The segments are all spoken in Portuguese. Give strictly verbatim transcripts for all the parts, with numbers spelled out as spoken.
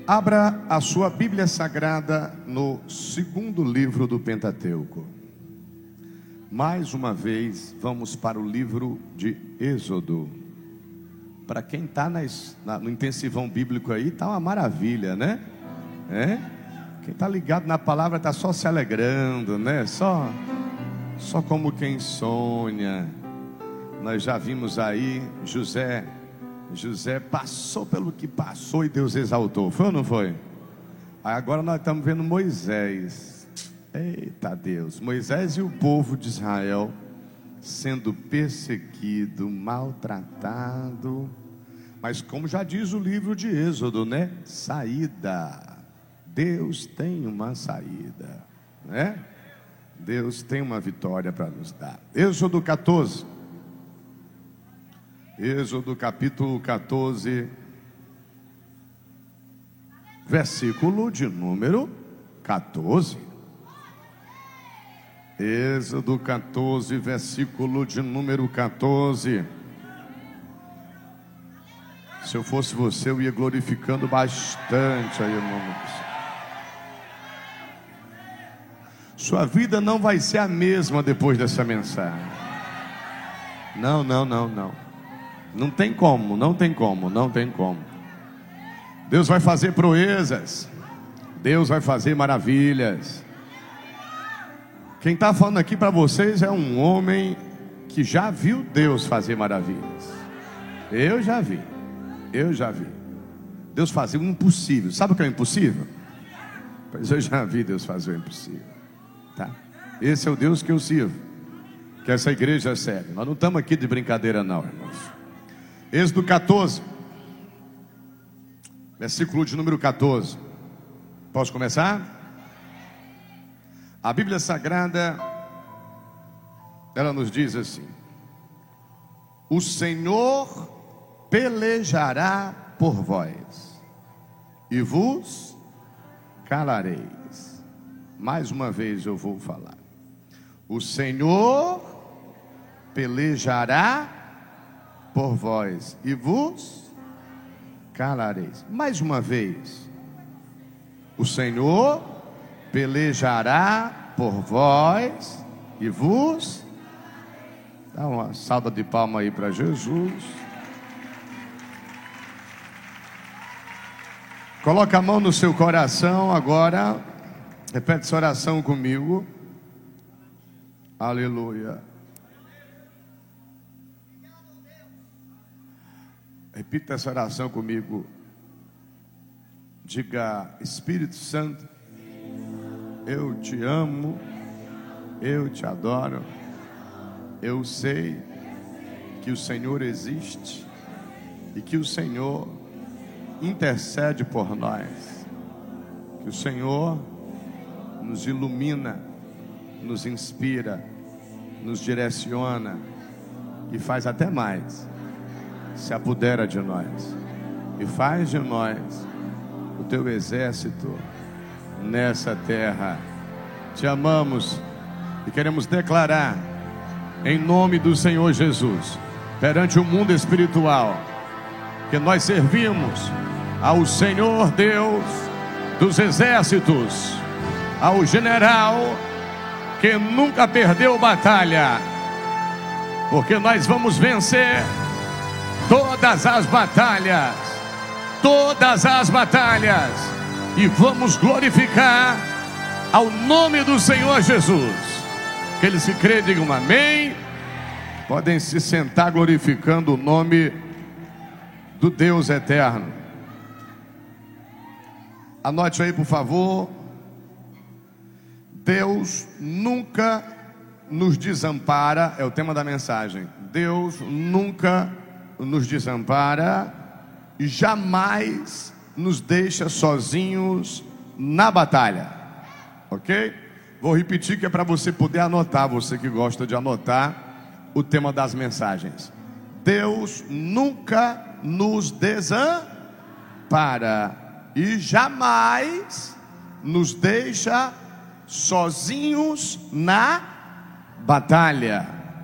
Abra a sua Bíblia Sagrada no segundo livro do Pentateuco. Mais uma vez, vamos para o livro de Êxodo. Para quem está no intensivão bíblico aí, está uma maravilha, né? É? Quem está ligado na palavra está só se alegrando, né? Só, só como quem sonha. Nós já vimos aí José... José passou pelo que passou e Deus exaltou. Foi ou não foi? Agora nós estamos vendo Moisés. Eita Deus, Moisés e o povo de Israel sendo perseguido, maltratado. Mas como já diz o livro de Êxodo, né? Saída. Deus tem uma saída, né? Deus tem uma vitória para nos dar. Êxodo catorze. Êxodo capítulo catorze, versículo de número catorze. Êxodo catorze, versículo de número catorze. Se eu fosse você, eu ia glorificando bastante aí o nome do Senhor. Sua vida não vai ser a mesma depois dessa mensagem. Não, não, não, não. Não tem como, não tem como, não tem como. Deus vai fazer proezas. Deus vai fazer maravilhas. Quem está falando aqui para vocês é um homem que já viu Deus fazer maravilhas. Eu já vi, eu já vi Deus fazer o impossível. Sabe o que é o impossível? Pois eu já vi Deus fazer o impossível, tá? Esse é o Deus que eu sirvo, que essa igreja serve. Nós não estamos aqui de brincadeira não, irmãos. Êxodo catorze, versículo de número catorze. Posso começar? A Bíblia Sagrada, ela nos diz assim: o Senhor pelejará por vós e vos calareis. Mais uma vez eu vou falar. O Senhor pelejará por vós e vos calareis. Mais uma vez. O Senhor pelejará por vós e vos... Dá uma salva de palma aí para Jesus. Coloca a mão no seu coração agora. Repete essa oração comigo. Aleluia. Repita essa oração comigo. Diga: Espírito Santo, eu te amo, eu te adoro. Eu sei que o Senhor existe e que o Senhor intercede por nós. Que o Senhor nos ilumina, nos inspira, nos direciona e faz até mais. Se apodera de nós e faz de nós o teu exército nessa terra. Te amamos e queremos declarar em nome do Senhor Jesus, perante o mundo espiritual, que nós servimos ao Senhor Deus dos exércitos, ao general que nunca perdeu batalha, porque nós vamos vencer todas as batalhas, todas as batalhas, e vamos glorificar ao nome do Senhor Jesus. Aqueles que crêem, digam amém. Podem se sentar glorificando o nome do Deus eterno. Anote aí, por favor. Deus nunca nos desampara, é o tema da mensagem. Deus nunca nos desampara e jamais nos deixa sozinhos na batalha, ok? Vou repetir que é para você poder anotar, você que gosta de anotar o tema das mensagens. Deus nunca nos desampara e jamais nos deixa sozinhos na batalha.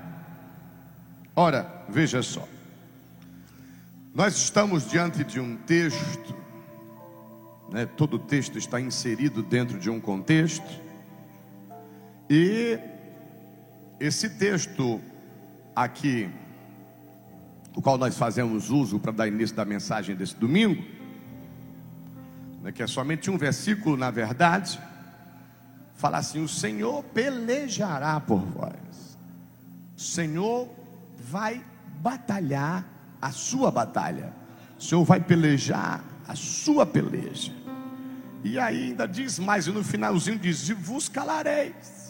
Ora, veja só, nós estamos diante de um texto né? Todo o texto está inserido dentro de um contexto. E esse texto aqui, do qual nós fazemos uso para dar início da mensagem desse domingo, né, que é somente um versículo, na verdade, fala assim: o Senhor pelejará por vós. O Senhor vai batalhar a sua batalha. O Senhor vai pelejar a sua peleja. E aí ainda diz mais, e no finalzinho diz: e vos calareis.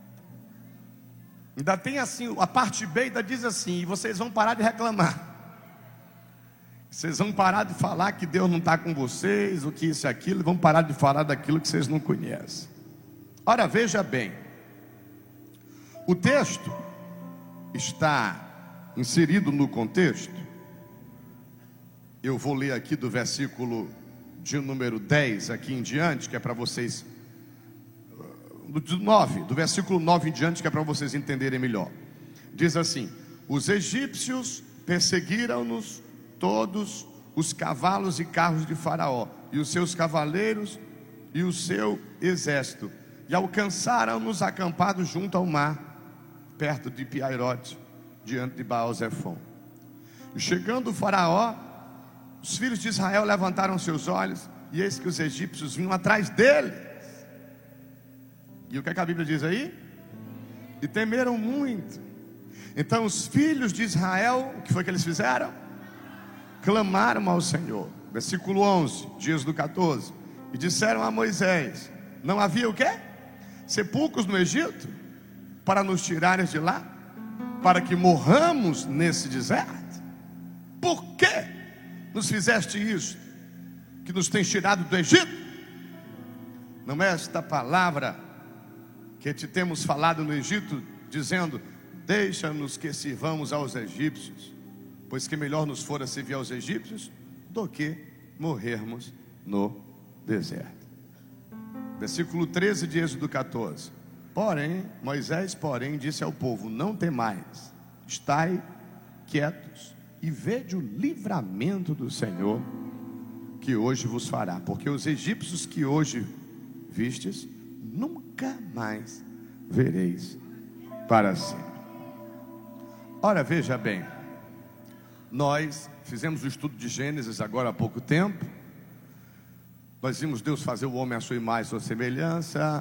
Ainda tem assim, a parte B ainda diz assim: e vocês vão parar de reclamar. Vocês vão parar de falar que Deus não está com vocês, o que isso e aquilo, e vão parar de falar daquilo que vocês não conhecem. Ora, veja bem, o texto está inserido no contexto. Eu vou ler aqui do versículo de número dez aqui em diante, que é para vocês, do nove, do versículo nove em diante, que é para vocês entenderem melhor. Diz assim: os egípcios perseguiram-nos todos os cavalos e carros de Faraó, e os seus cavaleiros e o seu exército, e alcançaram-nos acampados junto ao mar, perto de Piairote, diante de Baal-Zefon. E chegando o Faraó, os filhos de Israel levantaram seus olhos, e eis que os egípcios vinham atrás deles. E o que, é que a Bíblia diz aí? E temeram muito. Então os filhos de Israel, o que foi que eles fizeram? Clamaram ao Senhor. Versículo onze, de Êxodo catorze. E disseram a Moisés: não havia o quê? Sepulcros no Egito, para nos tirares de lá, para que morramos nesse deserto? Por que nos fizeste isso, que nos tens tirado do Egito? Não é esta palavra que te temos falado no Egito, dizendo: deixa-nos que sirvamos aos egípcios, pois que melhor nos fora servir aos egípcios do que morrermos no deserto. Versículo treze de Êxodo catorze. Porém, Moisés, porém, disse ao povo: não temais, estai quietos e vede o livramento do Senhor, que hoje vos fará, porque os egípcios que hoje vistes, nunca mais vereis para sempre. Ora, veja bem, nós fizemos o estudo de Gênesis agora há pouco tempo. Nós vimos Deus fazer o homem à sua imagem, à sua semelhança.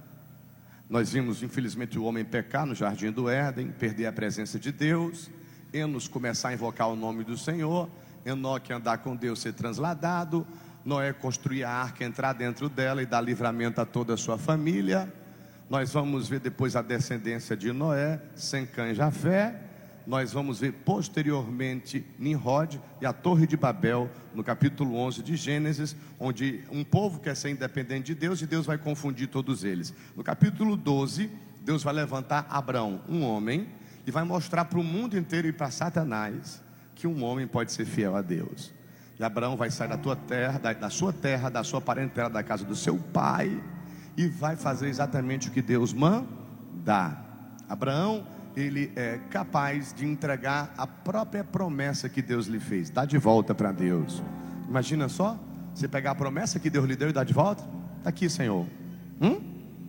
Nós vimos, infelizmente, o homem pecar no jardim do Éden, perder a presença de Deus. Enos começar a invocar o nome do Senhor. Enoque andar com Deus, ser transladado. Noé construir a arca, entrar dentro dela e dar livramento a toda a sua família. Nós vamos ver depois a descendência de Noé, Sem, Cã e Jafé. Nós vamos ver posteriormente Nimrod e a Torre de Babel, no capítulo onze de Gênesis, onde um povo quer ser independente de Deus e Deus vai confundir todos eles. No capítulo doze, Deus vai levantar Abrão, um homem, e vai mostrar para o mundo inteiro e para Satanás que um homem pode ser fiel a Deus. E Abraão vai sair da tua terra, da, da sua terra, da sua parentela, da casa do seu pai, e vai fazer exatamente o que Deus manda. Abraão, ele é capaz de entregar a própria promessa que Deus lhe fez, dá de volta para Deus. Imagina só, você pegar a promessa que Deus lhe deu e dar de volta. Está aqui, Senhor. Hum?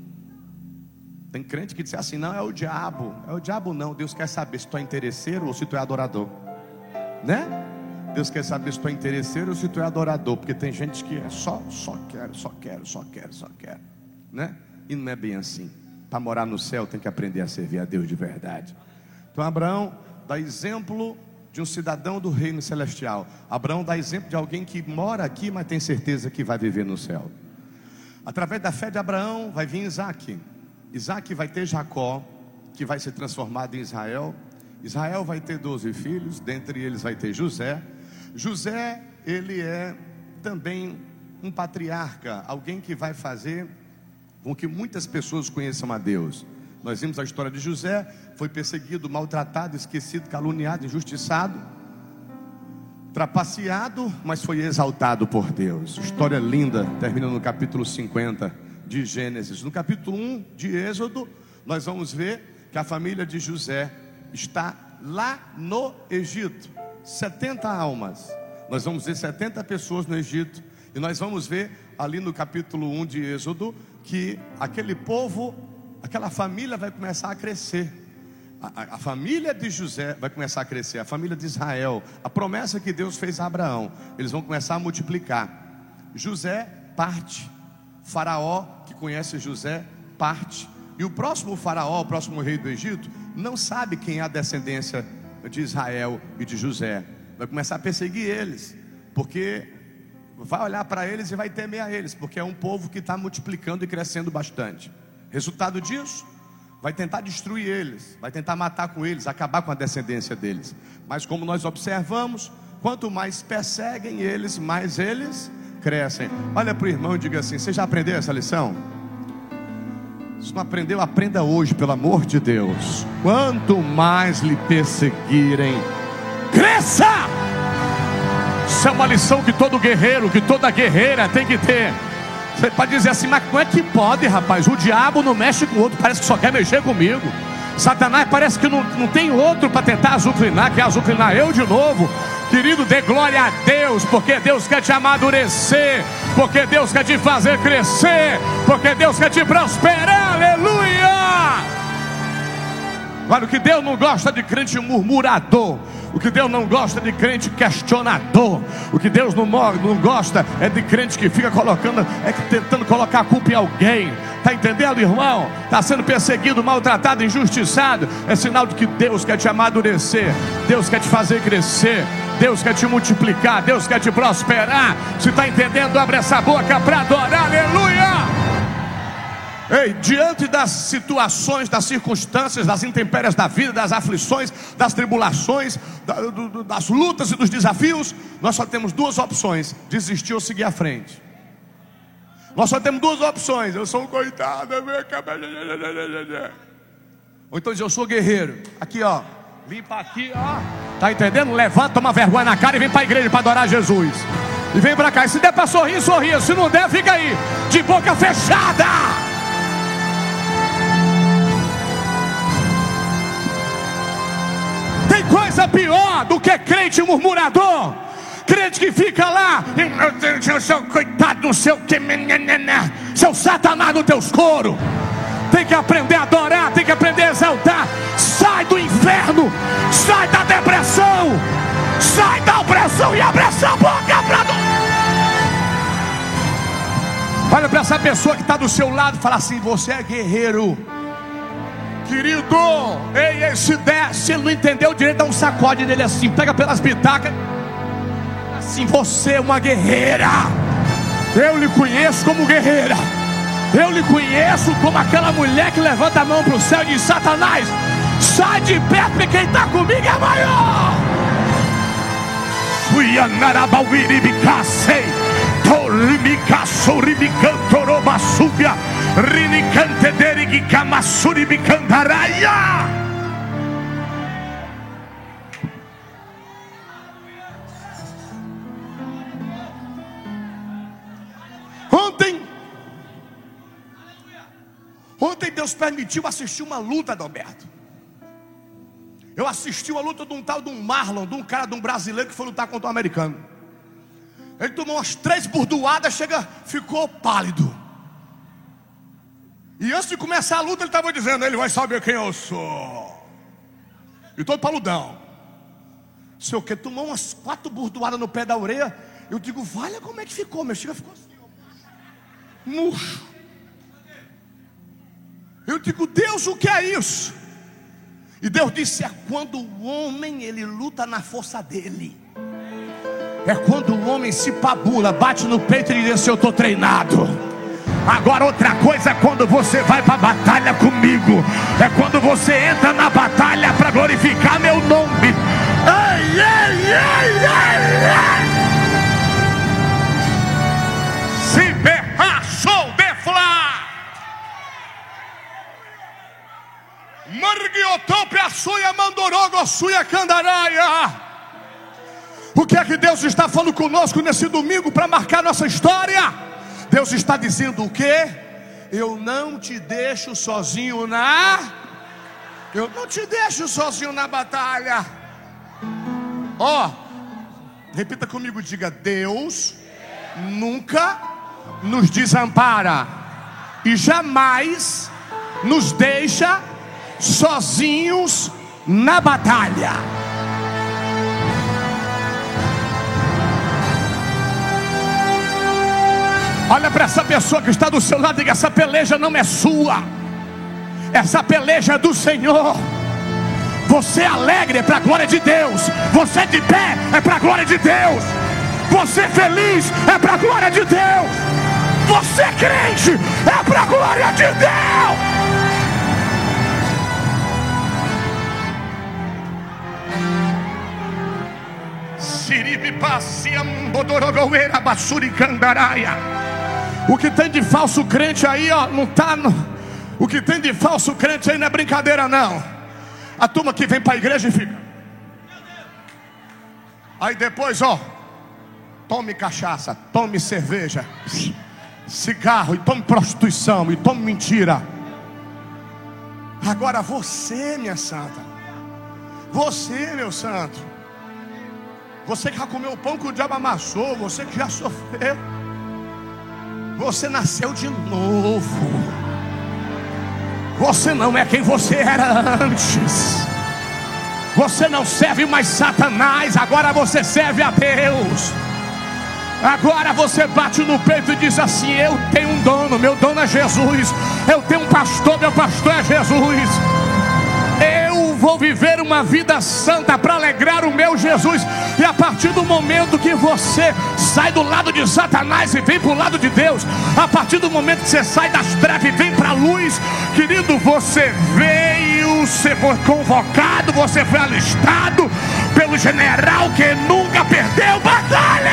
Tem crente que diz assim: não, é o diabo. É o diabo não, Deus quer saber se tu é interesseiro ou se tu é adorador, né? Deus quer saber se tu é interesseiro ou se tu é adorador, porque tem gente que é só, só quero, só quero, só quero, só quero, né? E não é bem assim. Para morar no céu tem que aprender a servir a Deus de verdade. Então Abraão dá exemplo de um cidadão do reino celestial. Abraão dá exemplo de alguém que mora aqui, mas tem certeza que vai viver no céu. Através da fé de Abraão vai vir Isaque. Isaque vai ter Jacó, que vai ser transformado em Israel. Israel vai ter doze filhos, dentre eles vai ter José. José, ele é também um patriarca, alguém que vai fazer com que muitas pessoas conheçam a Deus. Nós vimos a história de José. Foi perseguido, maltratado, esquecido, caluniado, injustiçado, trapaceado, mas foi exaltado por Deus. História linda, termina no capítulo cinquenta de Gênesis. No capítulo um de Êxodo, nós vamos ver que a família de José está lá no Egito. setenta almas. Nós vamos ver setenta pessoas no Egito. E nós vamos ver ali no capítulo um de Êxodo que aquele povo, aquela família vai começar a crescer. A, a, a família de José vai começar a crescer, a família de Israel, a promessa que Deus fez a Abraão, eles vão começar a multiplicar. José parte, Faraó, que conhece José, parte. E o próximo faraó, o próximo rei do Egito, não sabe quem é a descendência de Israel e de José. Vai começar a perseguir eles, porque vai olhar para eles e vai temer a eles, porque é um povo que está multiplicando e crescendo bastante. Resultado disso, vai tentar destruir eles, vai tentar matar com eles, acabar com a descendência deles. Mas como nós observamos, quanto mais perseguem eles, mais eles crescem. Olha para o irmão e diga assim: você já aprendeu essa lição? Se não aprendeu, aprenda hoje, pelo amor de Deus. Quanto mais lhe perseguirem, cresça! Isso é uma lição que todo guerreiro, que toda guerreira tem que ter. Você pode dizer assim: mas como é que pode, rapaz? O diabo não mexe com o outro, parece que só quer mexer comigo. Satanás parece que não, não tem outro para tentar azucrinar, quer azucrinar eu de novo. Querido, dê glória a Deus, porque Deus quer te amadurecer, porque Deus quer te fazer crescer, porque Deus quer te prosperar, aleluia! Agora, o que Deus não gosta de crente murmurador, o que Deus não gosta de crente questionador, o que Deus não, não gosta é de crente que fica colocando, é que tentando colocar a culpa em alguém. Está entendendo, irmão? Está sendo perseguido, maltratado, injustiçado. É sinal de que Deus quer te amadurecer, Deus quer te fazer crescer, Deus quer te multiplicar, Deus quer te prosperar. Se está entendendo, abre essa boca para adorar, aleluia! Ei, diante das situações, das circunstâncias, das intempéries da vida, das aflições, das tribulações, da, do, das lutas e dos desafios, nós só temos duas opções: desistir ou seguir à frente. Nós só temos duas opções: eu sou um coitado, ou então diz: eu sou guerreiro. Aqui ó, vim para aqui ó, tá entendendo? Levanta, toma vergonha na cara e vem para a igreja para adorar Jesus. E vem para cá, e se der para sorrir, sorria. Se não der, fica aí, de boca fechada. Tem coisa pior do que crente murmurador, crente que fica lá, meu Deus, eu sou coitado, não sei o que, seu Satanás nos teus coros. Tem que aprender a adorar, tem que aprender a exaltar. Sai do inferno, sai da depressão, sai da opressão e abre essa boca para adorar. Olha para essa pessoa que está do seu lado e fala assim: você é guerreiro. Querido, ei, ei, se der, se ele não entendeu direito, dá um sacode nele assim, pega pelas bitacas. Assim, você é uma guerreira. Eu lhe conheço como guerreira. Eu lhe conheço como aquela mulher que levanta a mão para o céu e diz: Satanás, sai de perto, porque quem está comigo é maior. Fui a Narabauiribicacei, Torimicaçoribicantorobassúbia, Rinicantederigicamassuribicandaraia. Ontem, ontem Deus permitiu assistir uma luta, Adalberto. Eu assisti uma luta de um tal de um Marlon, de um cara, de um brasileiro que foi lutar contra um americano. Ele tomou umas três burdoadas, chega, ficou pálido. E antes de começar a luta, ele estava dizendo: ele vai saber quem eu sou. E todo paludão. Sei o que, tomou umas quatro burdoadas no pé da orelha. Eu digo: valha, como é que ficou? Meu chega ficou assim, ó, murcho. Eu digo: Deus, o que é isso? E Deus disse: é quando o homem, ele luta na força dele. É quando o homem se pabula, bate no peito e diz assim: eu estou treinado. Agora outra coisa é quando você vai para a batalha comigo. É quando você entra na batalha para glorificar meu nome. Ai, ai, ai, ai, ai. Se berrar, show de flá. Marguiotopia suia mandorogo suia candaraia. O que é que Deus está falando conosco nesse domingo para marcar nossa história? Deus está dizendo o quê? Eu não te deixo sozinho na... Eu não te deixo sozinho na batalha. Ó, oh, repita comigo, diga: Deus nunca nos desampara e jamais nos deixa sozinhos na batalha. Olha para essa pessoa que está do seu lado e diga: essa peleja não é sua, essa peleja é do Senhor. Você é alegre é para a glória de Deus, você de pé é para a glória de Deus, você feliz é para a glória de Deus, você crente é para a glória de Deus. O que tem de falso crente aí, ó, não tá no... O que tem de falso crente aí não é brincadeira não. A turma que vem para a igreja e fica, aí depois, ó, tome cachaça, tome cerveja, cigarro, e tome prostituição, e tome mentira. Agora você, minha santa, você, meu santo, você que já comeu o pão que o diabo amassou, você que já sofreu, você nasceu de novo. Você não é quem você era antes. Você não serve mais Satanás, agora você serve a Deus. Agora você bate no peito e diz assim: eu tenho um dono, meu dono é Jesus. Eu tenho um pastor, meu pastor é Jesus. Eu vou viver uma vida santa para alegrar o meu Jesus. E a partir do momento que você sai do lado de Satanás e vem para o lado de Deus, a partir do momento que você sai das trevas e vem para a luz, querido, você veio, você foi convocado, você foi alistado pelo general que nunca perdeu batalha.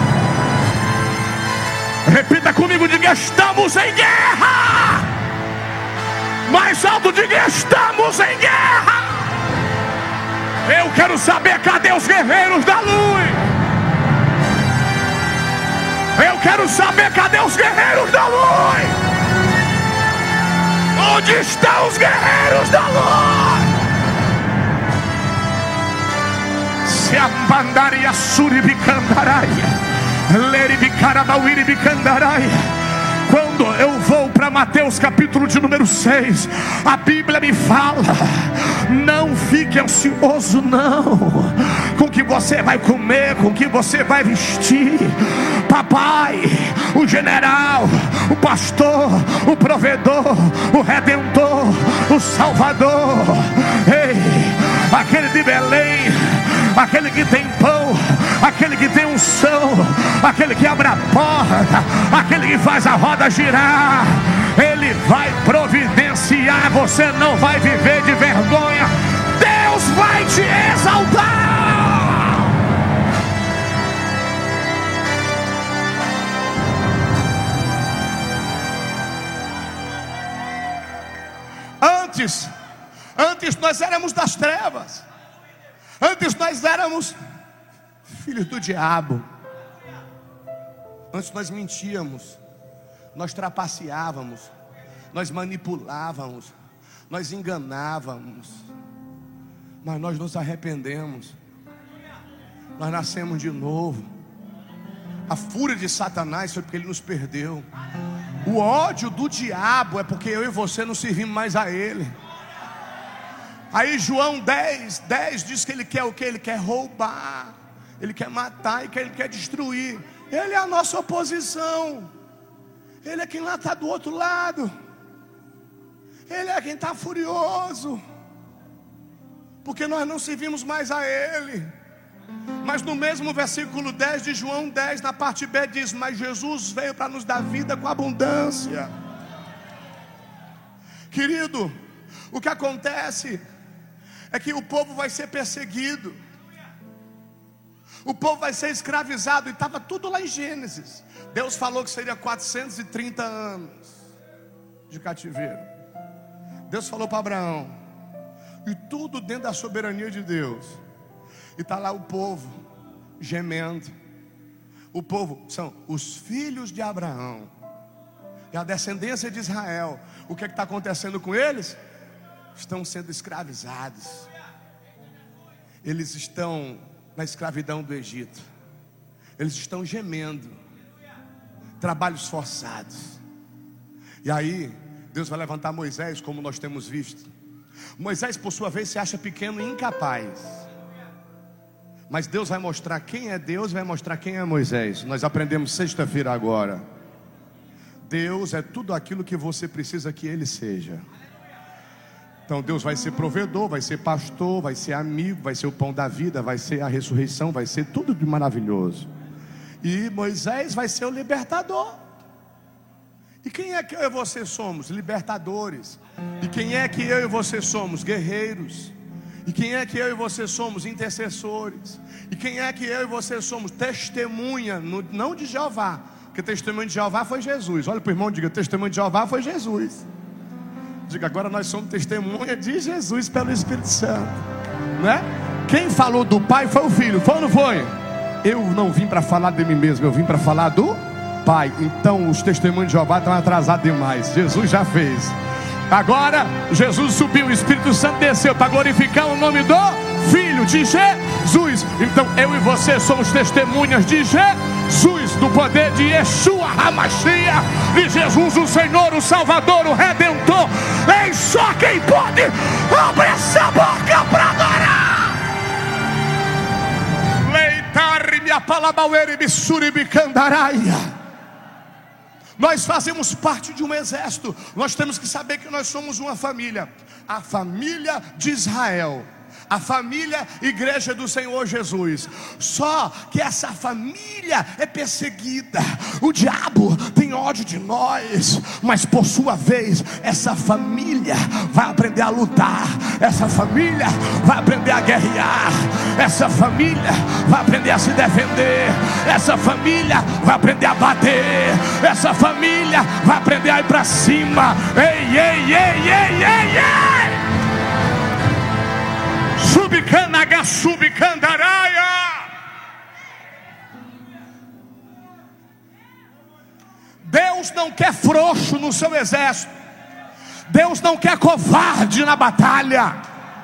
Repita comigo, diga: estamos em guerra. Mais alto, diga: estamos em guerra. Eu quero saber, cadê os guerreiros da luz? Eu quero saber, cadê os guerreiros da luz? Onde estão os guerreiros da luz? Se abandaria suribicandaraia, leribicarabauribicandaraia. Quando eu vou para Mateus capítulo de número seis, a Bíblia me fala: não fique ansioso não, com o que você vai comer, com o que você vai vestir. Papai, o general, o pastor, o provedor, o redentor, o salvador, ei, aquele de Belém, aquele que tem pão, aquele que tem unção, aquele que abre a porta, aquele que faz a roda girar, ele vai providenciar. Você não vai viver de vergonha, Deus vai te exaltar. Antes, antes nós éramos das trevas, antes nós éramos filhos do diabo. Antes nós mentíamos, nós trapaceávamos, nós manipulávamos, nós enganávamos. Mas nós nos arrependemos, nós nascemos de novo. A fúria de Satanás foi porque ele nos perdeu. O ódio do diabo é porque eu e você não servimos mais a ele. Aí João dez, dez diz que ele quer o que? Ele quer roubar, ele quer matar e que ele quer destruir. Ele é a nossa oposição. Ele é quem lá está do outro lado. Ele é quem está furioso, porque nós não servimos mais a ele. Mas no mesmo versículo dez de João dez, na parte B, diz: mas Jesus veio para nos dar vida com abundância. Querido, o que acontece é que o povo vai ser perseguido, o povo vai ser escravizado. E estava tudo lá em Gênesis. Deus falou que seria quatrocentos e trinta anos de cativeiro. Deus falou para Abraão, e tudo dentro da soberania de Deus. E está lá o povo gemendo. O povo são os filhos de Abraão, e a descendência de Israel. O que é que está acontecendo com eles? Estão sendo escravizados. Eles estão na escravidão do Egito. Eles estão gemendo. trabalhos forçados. E aí Deus vai levantar Moisés, como nós temos visto. Moisés, por sua vez, se acha pequeno e incapaz. Mas Deus vai mostrar quem é Deus, vai mostrar quem é Moisés. Nós aprendemos sexta-feira agora. Deus é tudo aquilo que você precisa que Ele seja. Então Deus vai ser provedor, vai ser pastor, vai ser amigo, vai ser o pão da vida, vai ser a ressurreição, vai ser tudo de maravilhoso. E Moisés vai ser o libertador. E quem é que eu e você somos? Libertadores. E quem é que eu e você somos? Guerreiros. E quem é que eu e você somos? Intercessores. E quem é que eu e você somos? Testemunha, não de Jeová, porque testemunho de Jeová foi Jesus. Olha para o irmão e diga: testemunho de Jeová foi Jesus. Diga: agora nós somos testemunha de Jesus pelo Espírito Santo, não é? Quem falou do Pai foi o Filho, foi ou não foi? Eu não vim para falar de mim mesmo, eu vim para falar do Pai. Então os testemunhos de Jeová estão atrasados demais. Jesus já fez. Agora Jesus subiu, o Espírito Santo desceu para glorificar o nome do Filho de Jesus. Então eu e você somos testemunhas de Jesus, do poder de Yeshua HaMashiach, de Jesus o Senhor, o Salvador, o Redentor. É só quem pode. Abre essa boca para adorar. Leitar minha palavra bissuri bicandaraia. Nós fazemos parte de um exército. Nós temos que saber que nós somos uma família. A família de Israel. A família igreja do Senhor Jesus. Só que essa família é perseguida. O diabo tem ódio de nós, mas por sua vez essa família vai aprender a lutar. Essa família vai aprender a guerrear. Essa família vai aprender a se defender. Essa família vai aprender a bater. Essa família vai aprender a ir para cima. Ei, ei, ei, ei, ei, ei. Subcanaga, subcandaraia. Deus não quer frouxo no seu exército. Deus não quer covarde na batalha.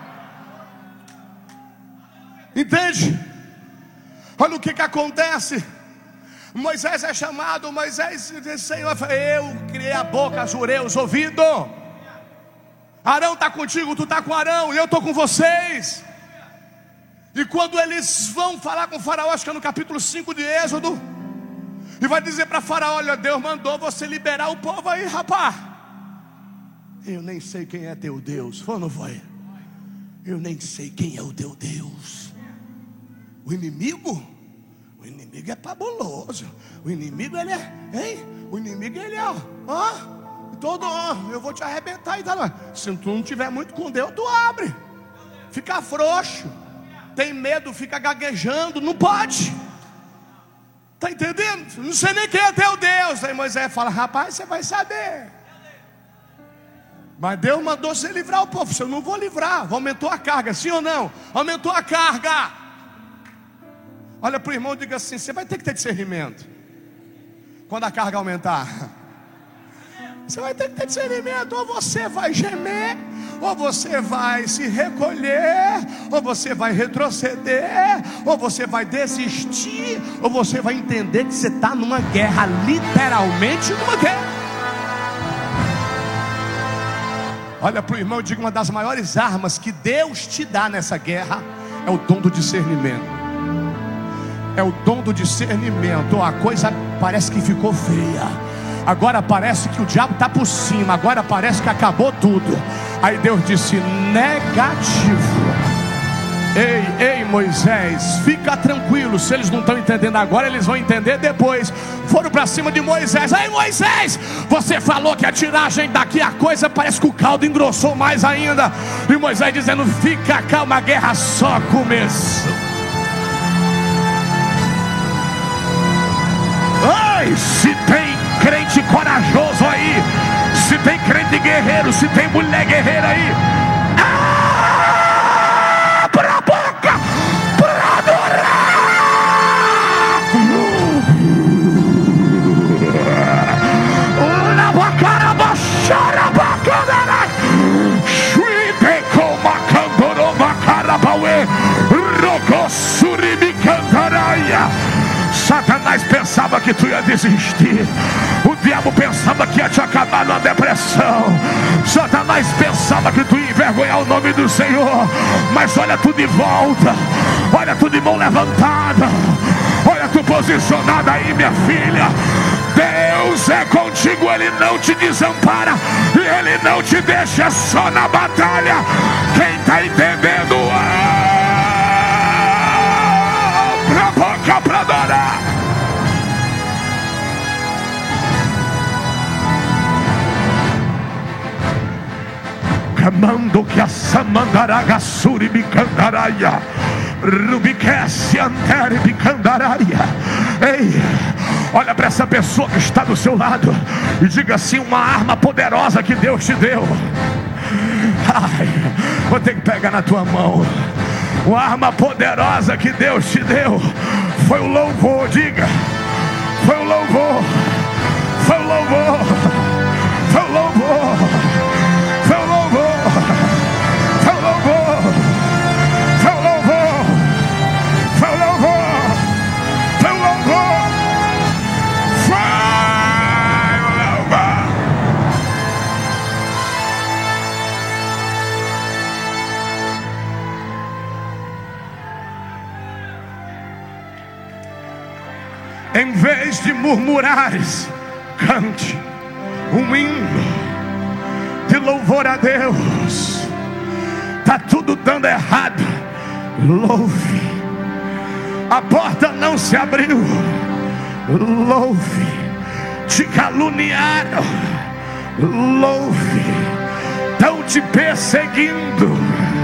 Entende? Olha o que que acontece. Moisés é chamado. Moisés diz: Senhor, eu criei a boca, jurei os ouvidos. Arão está contigo, tu está com Arão, e eu estou com vocês. E quando eles vão falar com o faraó, acho que é no capítulo cinco de Êxodo, e vai dizer para faraó: olha, Deus mandou você liberar o povo aí, rapaz. Eu nem sei quem é teu Deus. Foi ou não foi? Eu nem sei quem é o teu Deus. O inimigo? O inimigo é fabuloso. O inimigo ele é, hein? O inimigo ele é, ó. Todo, eu vou te arrebentar e tal. Se tu não tiver muito com Deus, tu abre. Fica frouxo. Tem medo, fica gaguejando. Não pode. Tá entendendo? Não sei nem quem é teu Deus. Aí Moisés fala: rapaz, você vai saber. Mas Deus mandou você livrar o povo. Eu não vou livrar. Aumentou a carga, sim ou não? Aumentou a carga. Olha para o irmão e diga assim: você vai ter que ter discernimento quando a carga aumentar. Você vai ter que ter discernimento. Ou você vai gemer, ou você vai se recolher, ou você vai retroceder, ou você vai desistir, ou você vai entender que você está numa guerra, literalmente numa guerra. Olha para o irmão e diga: uma das maiores armas que Deus te dá nessa guerra é o dom do discernimento. É o dom do discernimento. A coisa parece que ficou feia. Agora parece que o diabo está por cima. Agora parece que acabou tudo. Aí Deus disse: negativo. Ei, ei Moisés, fica tranquilo. Se eles não estão entendendo agora, eles vão entender depois. Foram para cima de Moisés. Ei Moisés, você falou que a tiragem daqui, a coisa parece que o caldo engrossou mais ainda. E Moisés dizendo: fica calma, a guerra só começou. Ai, se tem crente corajoso aí, se tem crente guerreiro, se tem mulher guerreira aí, abra a boca para adorar. Na boca, baixara, bacana, chuite com macandoro, bacarabaue, rogossuri, bicantaraia. Satanás pensa pensava que tu ia desistir. O diabo pensava que ia te acabar na depressão. Satanás pensava que tu ia envergonhar o nome do Senhor. Mas olha tu de volta. Olha tu de mão levantada. Olha tu posicionada aí, minha filha. Deus é contigo, Ele não te desampara e Ele não te deixa só na batalha. Quem está entendendo, abre a boca para adorar. Camando que a samandaraga suri bicandaraia. Rubiquece antere bicandaraia. Ei, olha para essa pessoa que está do seu lado e diga assim: uma arma poderosa que Deus te deu. Ai, vou ter que pegar na tua mão. Uma arma poderosa que Deus te deu foi o louvor. Diga: foi o louvor. Foi o louvor. Foi o louvor. Foi o louvor. Foi o louvor. Foi o louvor. Foi o louvor. Foi o louvor. Em vez de murmurares, cante um hino de louvor a Deus. Tá tudo dando errado, louve. A porta não se abriu, louve. Te caluniaram, louve. Estão te perseguindo,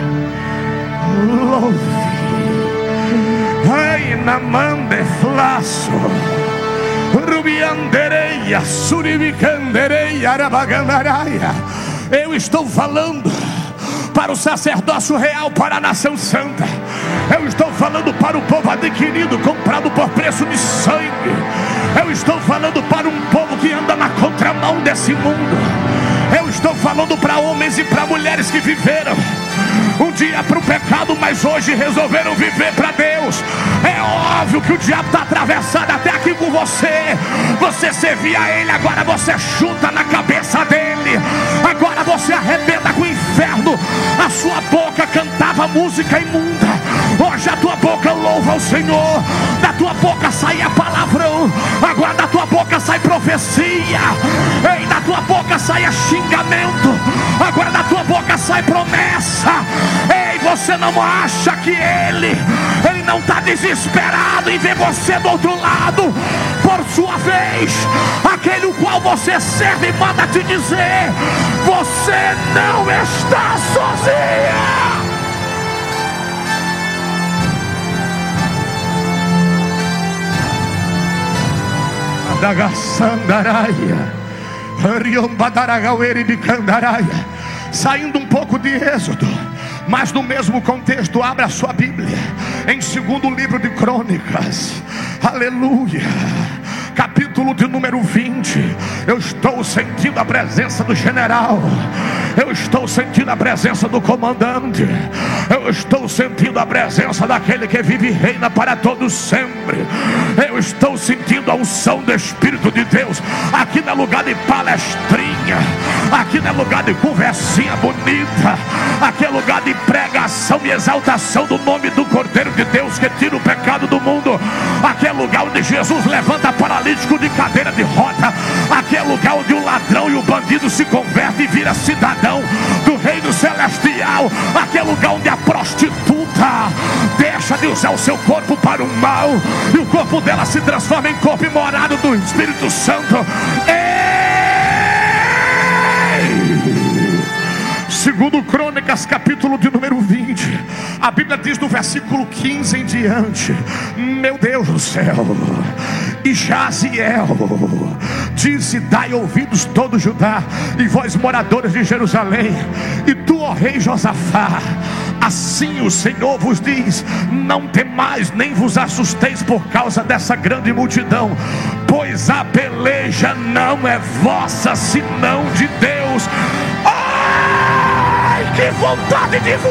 louve. Ai, na mande flaço, rubiandereia, suribicandereia, arabagandaraia. Eu estou falando para o sacerdócio real, para a nação santa. Eu estou falando para o povo adquirido, comprado por preço de sangue. Eu estou falando para um povo que anda na contramão desse mundo. Eu estou falando para homens e para mulheres que viveram um dia para o pecado, mas hoje resolveram viver para Deus. É óbvio que o diabo está atravessado até aqui com você. Você servia a ele, agora você chuta na cabeça dele. Agora você arrebenta com o inferno. A sua boca cantava música imunda, hoje a tua boca louva ao Senhor. Da tua boca saía palavrão, agora da tua boca sai profecia. Ei, da tua boca saia xingamento, agora da tua boca sai promessa. Ei, você não acha que ele Ele não está desesperado em ver você do outro lado? Por sua vez, aquele o qual você serve manda te dizer: você não está sozinha. Saindo um pouco de Êxodo, mas no mesmo contexto, abra a sua Bíblia em segundo livro de Crônicas, aleluia, capítulo de número vinte. Eu estou sentindo a presença do general, eu estou sentindo a presença do comandante, eu estou sentindo a presença daquele que vive e reina para todos sempre. Eu estou sentindo a unção do Espírito de Deus. Aqui não é lugar de palestrinha, aqui não é lugar de conversinha bonita, aqui é lugar de pregação e exaltação do nome do Cordeiro de Deus que tira o pecado do mundo. Aqui é lugar onde Jesus levanta paralítico de cadeira de roda. Aqui é lugar onde o ladrão e o bandido se convertem e vira cidadão do reino celestial. Aqui é lugar onde a prostituta deixa de usar o seu corpo para o mal e o corpo dela se transforma em corpo imorado do Espírito Santo. Ei! Segundo Crônicas, capítulo de número vinte, a Bíblia diz no versículo quinze em diante: meu Deus do céu, e Jaziel disse: dai ouvidos todo Judá, e vós moradores de Jerusalém, e tu, ó rei Josafá, assim o Senhor vos diz: não temais nem vos assusteis por causa dessa grande multidão, pois a peleja não é vossa, senão de Deus. Ai, que vontade de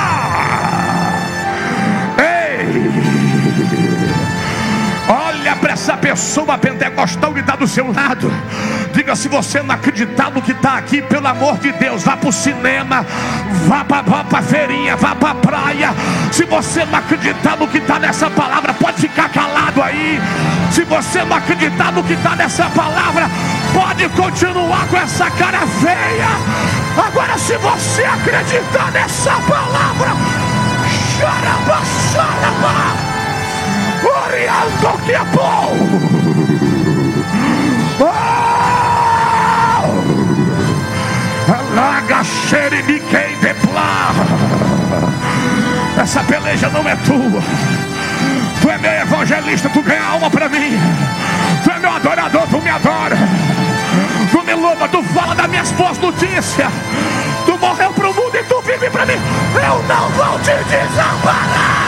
voar! Ei, olha para essa pessoa pentecostal que está do seu lado. Diga: se você não acreditar no que está aqui, pelo amor de Deus, vá para o cinema, vá para a feirinha, vá para a praia. Se você não acreditar no que está nessa palavra, pode ficar calado aí. Se você não acreditar no que está nessa palavra, pode continuar com essa cara feia. Agora, se você acreditar nessa palavra, xarabá, xarabá, oriando que é bom. Alaga, xeribiquei de plá. Essa peleja não é tua. Tu é meu evangelista, tu ganha alma pra mim. Tu é meu adorador, tu me adora. Tu me louva, tu fala das minhas boas notícias. Tu morreu pro mundo e tu vive pra mim. Eu não vou te desamparar.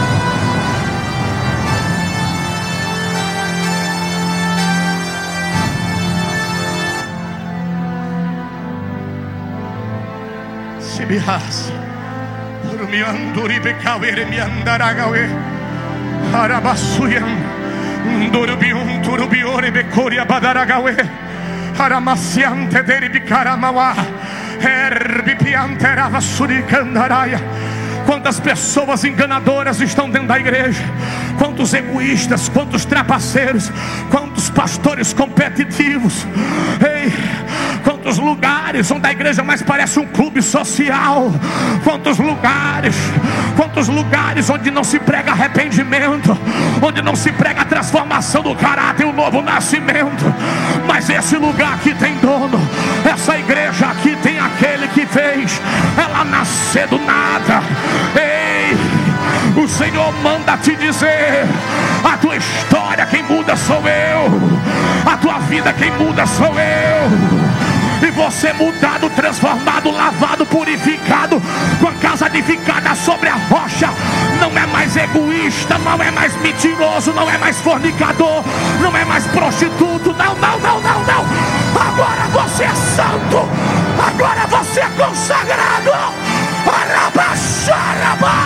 Se me raça, por me anduribecaue, me andaragaue, arabassuiam, durubium, turubiore, becoria, badaragaue, aramaciante, deribicaramaua, herbipianterava, suricandaraia. Quantas pessoas enganadoras estão dentro da igreja, quantos egoístas, quantos trapaceiros, quantos pastores competitivos. Ei, quantos lugares onde a igreja mais parece um clube social. Quantos lugares, quantos lugares onde não se prega arrependimento, onde não se prega a transformação do caráter e o novo nascimento. Mas esse lugar aqui tem dono, essa igreja aqui tem aquele que fez ela nascer do nada. Ei, o Senhor manda te dizer: a tua história quem muda sou eu, a tua vida quem muda sou eu. E você mudado, transformado, lavado, purificado, com a casa edificada sobre a rocha, não é mais egoísta, não é mais mentiroso, não é mais fornicador, não é mais prostituto. Não, não, não, não, não. Agora você é santo, agora você é consagrado. Arabaxarabá.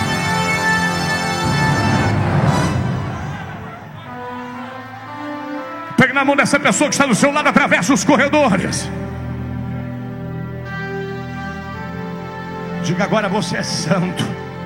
Pegue na mão dessa pessoa que está do seu lado, atravessa os corredores. Diga: agora você é santo.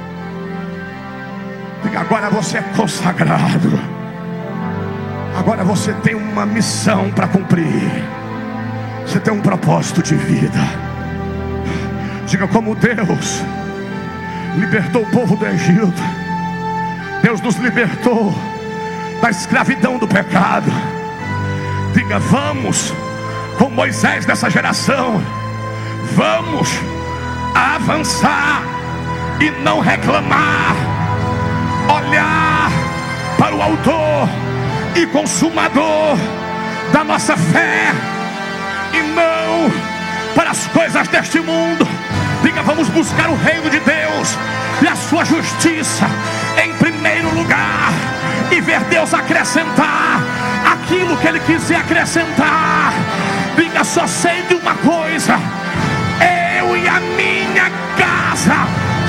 Diga: agora você é consagrado. Agora você tem uma missão para cumprir. Você tem um propósito de vida. Diga: como Deus libertou o povo do Egito, Deus nos libertou da escravidão do pecado. Diga: vamos, com Moisés dessa geração, vamos avançar e não reclamar. Olhar para o autor e consumador da nossa fé, e não para as coisas deste mundo. Diga: vamos buscar o reino de Deus e a sua justiça em primeiro lugar, e ver Deus acrescentar aquilo que Ele quiser acrescentar. Diga: só sei de uma coisa: eu e a minha casa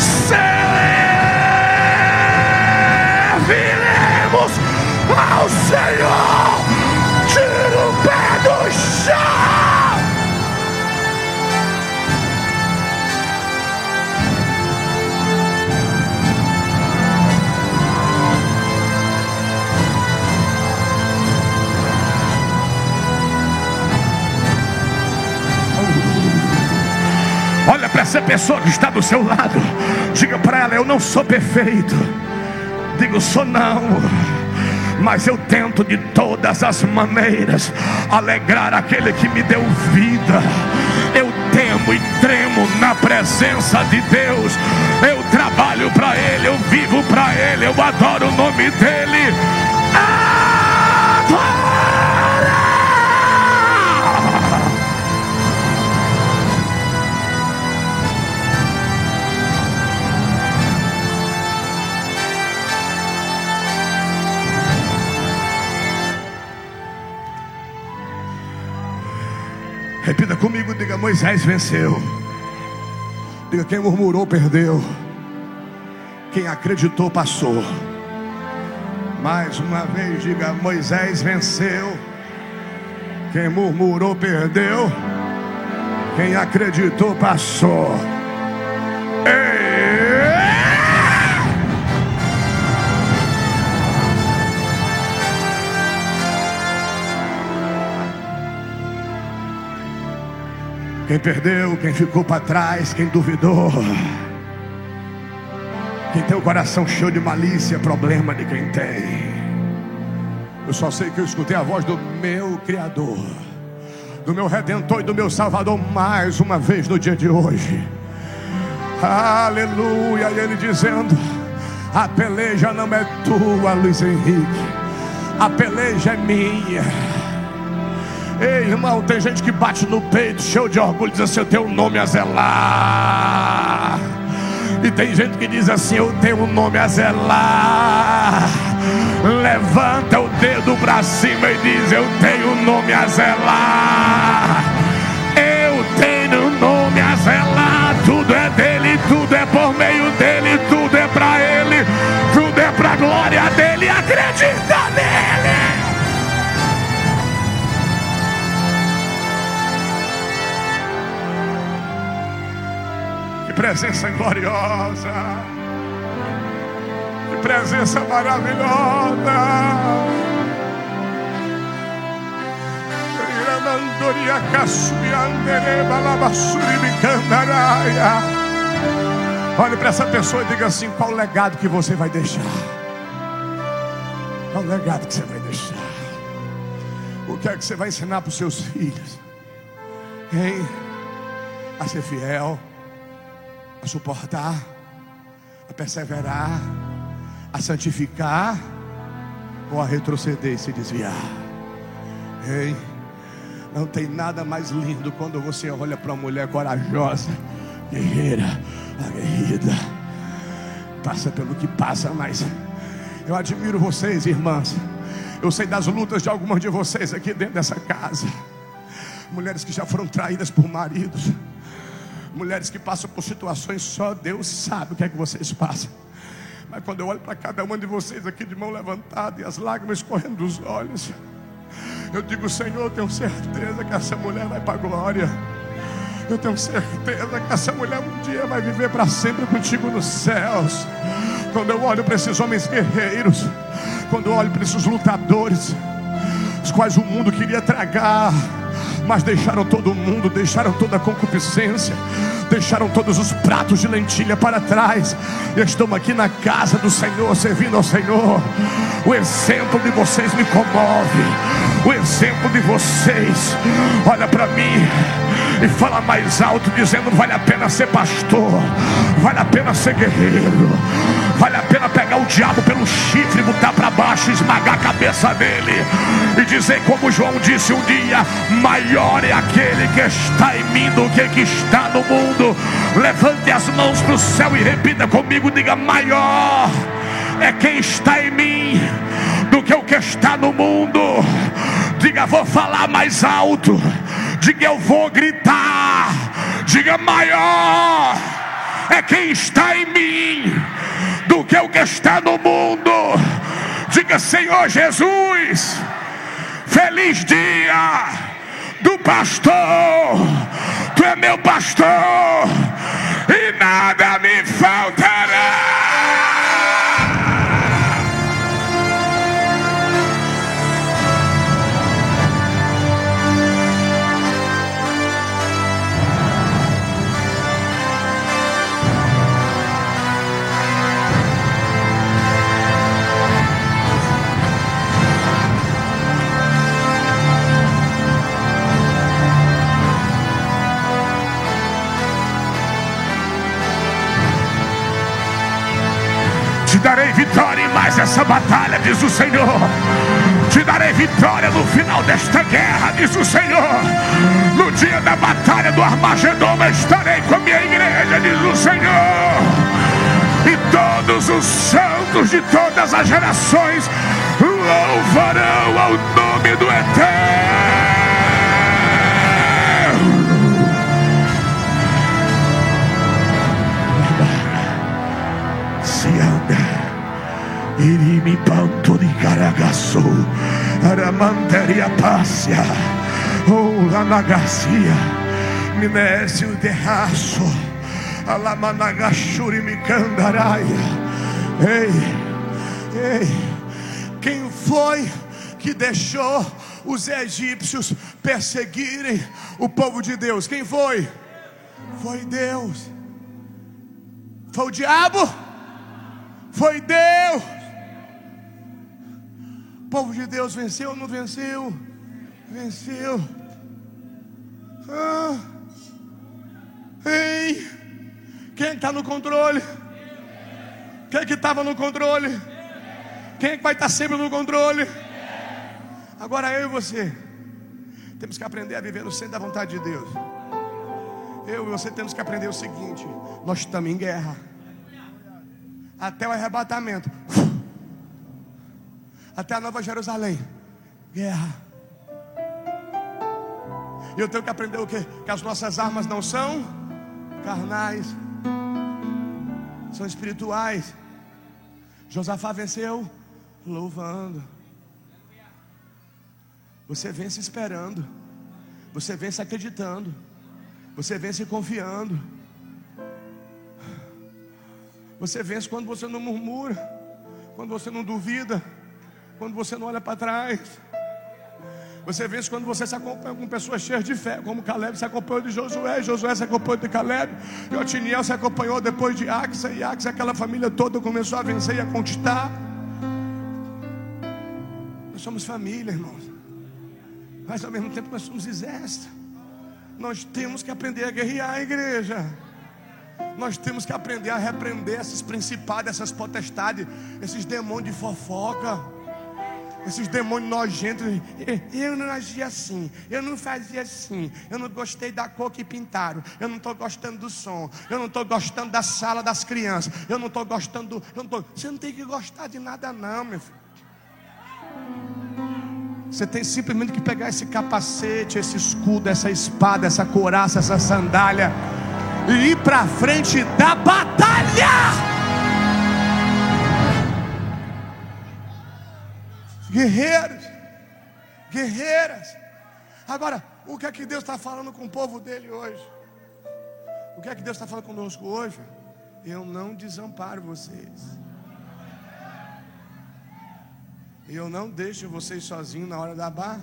serviremos ao Senhor. Tira o pé do chão. Olha para essa pessoa que está do seu lado. Diga para ela: eu não sou perfeito. Digo: sou não, mas eu tento de todas as maneiras alegrar aquele que me deu vida. Eu temo e tremo na presença de Deus. Eu trabalho para Ele, eu vivo para Ele, eu adoro o nome dEle. Adoro! Repita comigo, diga: Moisés venceu. Diga: quem murmurou perdeu, quem acreditou passou. Mais uma vez diga: Moisés venceu. Quem murmurou perdeu. Quem acreditou passou. Ei! Quem perdeu, quem ficou para trás, quem duvidou, quem tem o coração cheio de malícia, problema de quem tem. Eu só sei que eu escutei a voz do meu Criador, do meu Redentor e do meu Salvador mais uma vez no dia de hoje. Aleluia. E ele dizendo: a peleja não é tua, Luiz Henrique, a peleja é minha. Ei, irmão, tem gente que bate no peito cheio de orgulho, diz assim: eu tenho um nome a zelar. E tem gente que diz assim: eu tenho um nome a zelar. Levanta o dedo pra cima e diz: eu tenho um nome a zelar. Eu tenho um nome a zelar. Tudo é dele, tudo é por meio dele, tudo é pra ele, tudo é pra glória dele. Acredita nele. Presença gloriosa, que presença maravilhosa. Olhe para essa pessoa e diga assim: qual o legado que você vai deixar? Qual o legado que você vai deixar? O que é que você vai ensinar para os seus filhos? Hein? A ser fiel, a suportar, a perseverar, a santificar, ou a retroceder e se desviar. Ei, não tem nada mais lindo quando você olha para uma mulher corajosa, guerreira, aguerrida, passa pelo que passa, mas eu admiro vocês, irmãs. Eu sei das lutas de algumas de vocês aqui dentro dessa casa. Mulheres que já foram traídas por maridos, mulheres que passam por situações, só Deus sabe o que é que vocês passam. Mas quando eu olho para cada uma de vocês aqui de mão levantada e as lágrimas correndo dos olhos, eu digo: Senhor, eu tenho certeza que essa mulher vai para a glória. Eu tenho certeza que essa mulher um dia vai viver para sempre contigo nos céus. Quando eu olho para esses homens guerreiros, quando eu olho para esses lutadores, os quais o mundo queria tragar, mas deixaram todo mundo, deixaram toda a concupiscência, deixaram todos os pratos de lentilha para trás e estão aqui na casa do Senhor, servindo ao Senhor. O exemplo de vocês me comove. O exemplo de vocês olha para mim e fala mais alto, dizendo: vale a pena ser pastor, vale a pena ser guerreiro, vale a pena pegar o diabo pelo chifre, botar para baixo, esmagar a cabeça dele e dizer como João disse um dia: maior é aquele que está em mim do que que está no mundo. Levante as mãos para o céu e repita comigo, diga: maior é quem está em mim do que o que está no mundo. Diga: vou falar mais alto. Diga: eu vou gritar. Diga: maior é quem está em mim do que o que está no mundo. Diga: Senhor Jesus, feliz dia do pastor. Tu é meu pastor e nada me faltará. Te darei vitória em mais essa batalha, diz o Senhor. Te darei vitória no final desta guerra, diz o Senhor. No dia da batalha do Armagedon estarei com a minha igreja, diz o Senhor. E todos os santos de todas as gerações louvarão ao nome do Eterno. Se anda, irimi panturi, terraço, aramanteria pássia, oh lanagacia, minesse o terraço, alamanagachuri micandaraia. Ei, ei, quem foi que deixou os egípcios perseguirem o povo de Deus? Quem foi? Foi Deus. Foi o diabo? Foi Deus. O povo de Deus venceu ou não venceu? Venceu. Ah. Ei, quem está no controle? Quem que estava no controle? Quem que vai estar sempre no controle? Agora eu e você temos que aprender a viver no centro da vontade de Deus. Eu e você temos que aprender o seguinte: nós estamos em guerra até o arrebatamento, até a Nova Jerusalém. Guerra. E eu tenho que aprender o quê? Que as nossas armas não são carnais, são espirituais. Josafá venceu louvando. Você vence esperando. Você vence acreditando. Você vence confiando. Você vence quando você não murmura, quando você não duvida, quando você não olha para trás. Você vence quando você se acompanha com pessoas cheias de fé, como Caleb se acompanhou de Josué, Josué se acompanhou de Caleb, e Otiniel se acompanhou depois de Axa, e Axa, aquela família toda começou a vencer e a conquistar. Nós somos família, irmãos, mas ao mesmo tempo nós somos exército. Nós temos que aprender a guerrear a igreja. Nós temos que aprender a repreender esses principados, essas potestades, esses demônios de fofoca, esses demônios nojentos. Eu não agia assim, eu não fazia assim, eu não gostei da cor que pintaram, eu não estou gostando do som, eu não estou gostando da sala das crianças, eu não estou gostando do... eu não tô... Você não tem que gostar de nada não, meu filho. Você tem simplesmente que pegar esse capacete, esse escudo, essa espada, essa couraça, essa sandália e ir para frente da batalha. Guerreiros, guerreiras. Agora, o que é que Deus está falando com o povo dele hoje? O que é que Deus está falando conosco hoje? Eu não desamparo vocês. Eu não deixo vocês sozinhos na hora da batalha.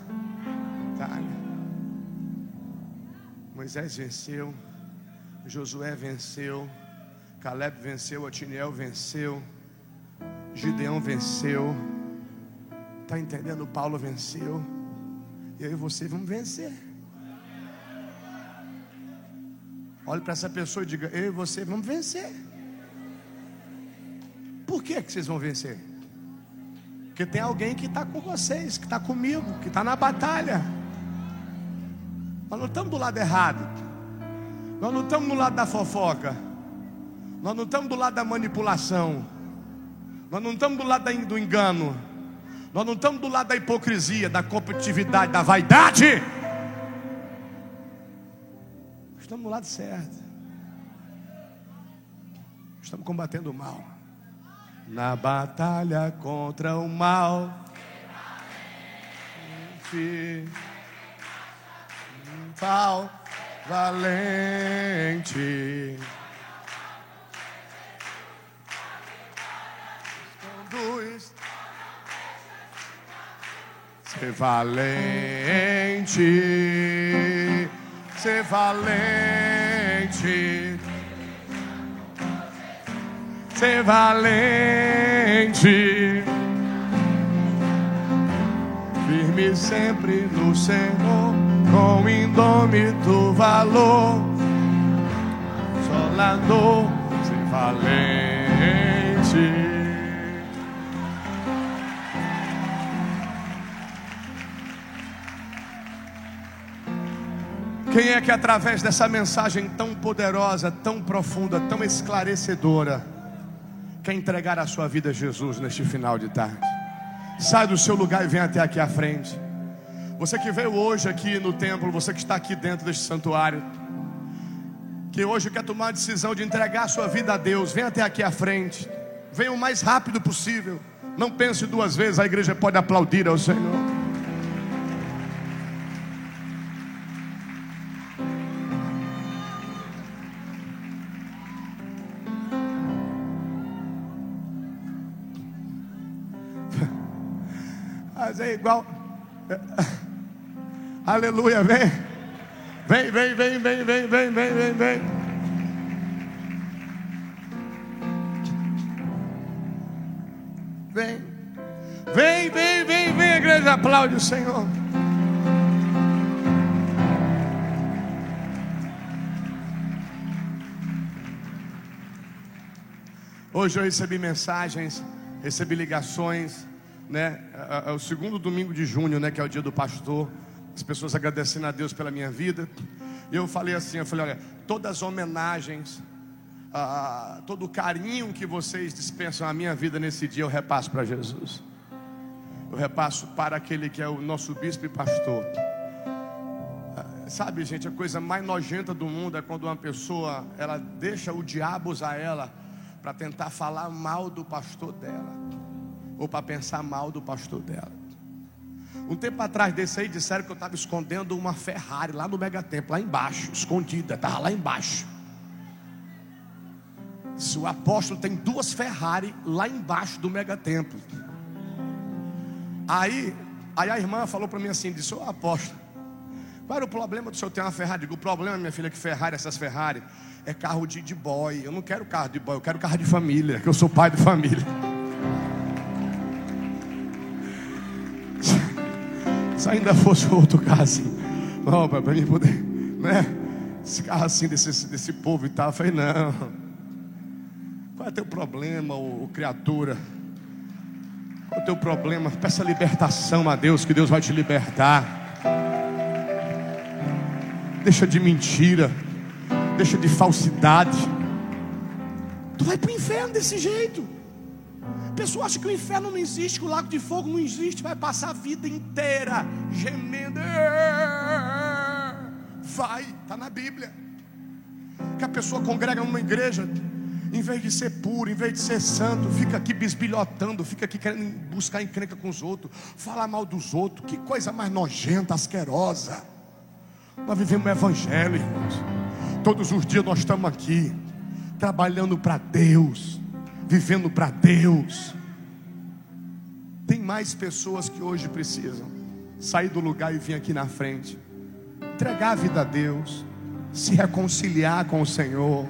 Moisés venceu, Josué venceu, Caleb venceu, Otiniel venceu, Gideão venceu. Está entendendo? Paulo venceu. E eu e você vamos vencer. Olhe para essa pessoa e diga: eu e você vamos vencer. Por que que vocês vão vencer? Porque tem alguém que está com vocês, que está comigo, que está na batalha. Nós não estamos do lado errado. Nós não estamos do lado da fofoca. Nós não estamos do lado da manipulação. Nós não estamos do lado do engano. Nós não estamos do lado da hipocrisia, da competitividade, da vaidade. Estamos do lado certo. Estamos combatendo o mal. Na batalha contra o mal, Val, valente, conduz, ser valente, ser valente, ser valente, firme sempre no Senhor, com indômito valor, solador, ser valente. Quem é que através dessa mensagem tão poderosa, tão profunda, tão esclarecedora, quer entregar a sua vida a Jesus neste final de tarde? Sai do seu lugar e vem até aqui à frente. Você que veio hoje aqui no templo, você que está aqui dentro deste santuário, que hoje quer tomar a decisão de entregar a sua vida a Deus, vem até aqui à frente. Venha o mais rápido possível. Não pense duas vezes, a igreja pode aplaudir ao Senhor. Mas é igual. Aleluia, vem. Vem, vem, vem, vem, vem, vem, vem, vem, vem. Vem. Vem, vem, vem, vem, igreja, aplaude o Senhor. Hoje eu recebi mensagens, recebi ligações, né? É, é o segundo domingo de junho, né? Que é o dia do pastor. As pessoas agradecendo a Deus pela minha vida. E eu falei assim, eu falei, olha, todas as homenagens, ah, todo o carinho que vocês dispensam à minha vida nesse dia, eu repasso para Jesus. Eu repasso para aquele que é o nosso bispo e pastor. Ah, sabe, gente, a coisa mais nojenta do mundo é quando uma pessoa, ela deixa o diabo usar ela para tentar falar mal do pastor dela, ou para pensar mal do pastor dela. Um tempo atrás desse aí, disseram que eu estava escondendo uma Ferrari lá no Megatemplo, lá embaixo, escondida, estava lá embaixo. Se o apóstolo tem duas Ferrari lá embaixo do Megatemplo. Aí, aí a irmã falou para mim assim, disse, ô apóstolo, qual era o problema do senhor ter uma Ferrari? Digo, o problema, minha filha, é que Ferrari, essas Ferrari, é carro de, de boy. Eu não quero carro de boy, eu quero carro de família, que eu sou pai de família. Se ainda fosse outro carro assim, não, para mim poder, né? Esse carro assim, desse, desse povo e tal. Eu falei, não. Qual é o teu problema, ô, ô criatura? Qual é o teu problema? Peça libertação a Deus, que Deus vai te libertar. Deixa de mentira, deixa de falsidade. Tu vai para o inferno desse jeito. A pessoa acha que o inferno não existe, que o lago de fogo não existe, vai passar a vida inteira gemendo. Vai, está na Bíblia. Que a pessoa congrega numa igreja, em vez de ser puro, em vez de ser santo, fica aqui bisbilhotando, fica aqui querendo buscar encrenca com os outros, falar mal dos outros. Que coisa mais nojenta, asquerosa. Nós vivemos o evangelho, irmãos. Todos os dias nós estamos aqui trabalhando para Deus, vivendo para Deus. Tem mais pessoas que hoje precisam sair do lugar e vir aqui na frente, entregar a vida a Deus, se reconciliar com o Senhor.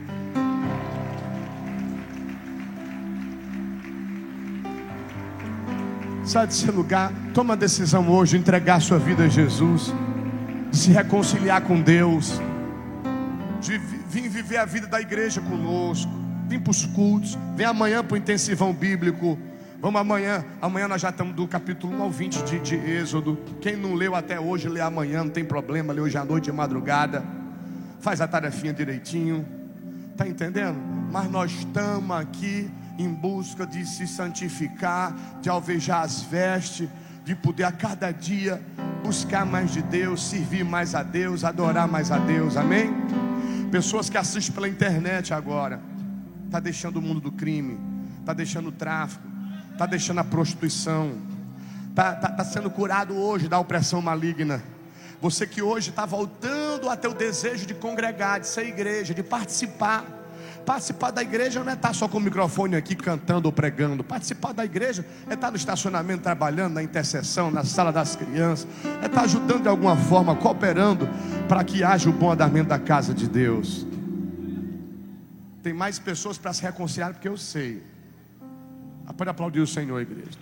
Sai desse lugar, toma a decisão hoje, entregar a sua vida a Jesus, se reconciliar com Deus, de vir viver a vida da igreja conosco. Vem para os cultos, vem amanhã para o intensivão bíblico. Vamos amanhã, amanhã nós já estamos do capítulo um ao vinte de, de Êxodo. Quem não leu até hoje, lê amanhã, não tem problema, lê hoje à noite, de madrugada. Faz a tarefinha direitinho, está entendendo? Mas nós estamos aqui em busca de se santificar, de alvejar as vestes, de poder a cada dia buscar mais de Deus, servir mais a Deus, adorar mais a Deus, amém? Pessoas que assistem pela internet agora, está deixando o mundo do crime, está deixando o tráfico, está deixando a prostituição, está tá, tá sendo curado hoje da opressão maligna. Você que hoje está voltando a ter o desejo de congregar, de ser igreja, de participar. Participar da igreja não é estar só com o microfone aqui cantando ou pregando. Participar da igreja é estar no estacionamento trabalhando, na intercessão, na sala das crianças, é estar ajudando de alguma forma, cooperando para que haja o bom andamento da casa de Deus. Tem mais pessoas para se reconciliar, porque eu sei. Pode aplaudir o Senhor, igreja.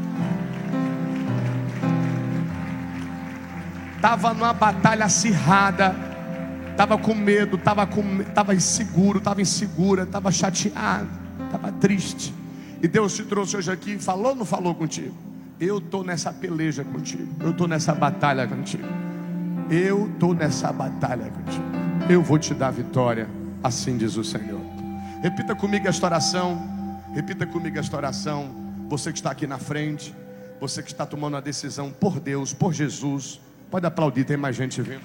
Estava numa batalha acirrada, estava com medo, estava com, estava inseguro, estava insegura, estava chateado, estava triste. E Deus te trouxe hoje aqui, falou ou não falou contigo? Eu estou nessa peleja contigo, eu estou nessa batalha contigo, eu estou nessa batalha contigo, eu vou te dar vitória, assim diz o Senhor. Repita comigo esta oração. Repita comigo esta oração. Você que está aqui na frente, você que está tomando a decisão por Deus, por Jesus, pode aplaudir, tem mais gente vindo.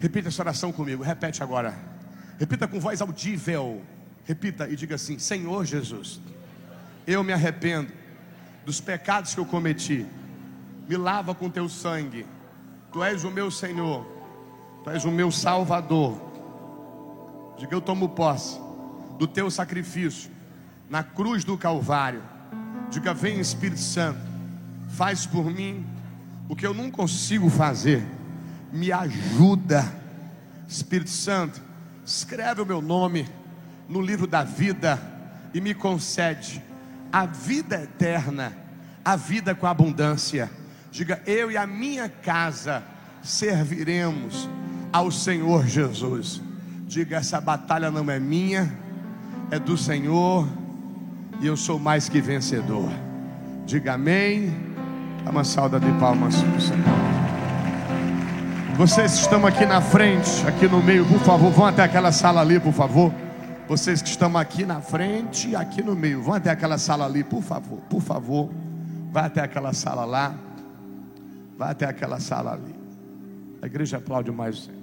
Repita essa oração comigo, repete agora. Repita com voz audível. Repita e diga assim: Senhor Jesus, eu me arrependo dos pecados que eu cometi. Me lava com teu sangue. Tu és o meu Senhor, tu és o meu Salvador. Diga: eu tomo posse do teu sacrifício na cruz do Calvário. Diga: vem Espírito Santo, faz por mim o que eu não consigo fazer. Me ajuda, Espírito Santo, escreve o meu nome no livro da vida e me concede a vida eterna, a vida com abundância. Diga: eu e a minha casa serviremos ao Senhor Jesus. Diga: essa batalha não é minha, é do Senhor, e eu sou mais que vencedor. Diga amém. Dá uma salva de palmas para o Senhor. Vocês que estão aqui na frente, aqui no meio, por favor, vão até aquela sala ali, por favor. Vocês que estão aqui na frente e aqui no meio, vão até aquela sala ali, por favor, por favor. Vai até aquela sala lá. Vai até aquela sala ali. A igreja aplaude mais o Senhor.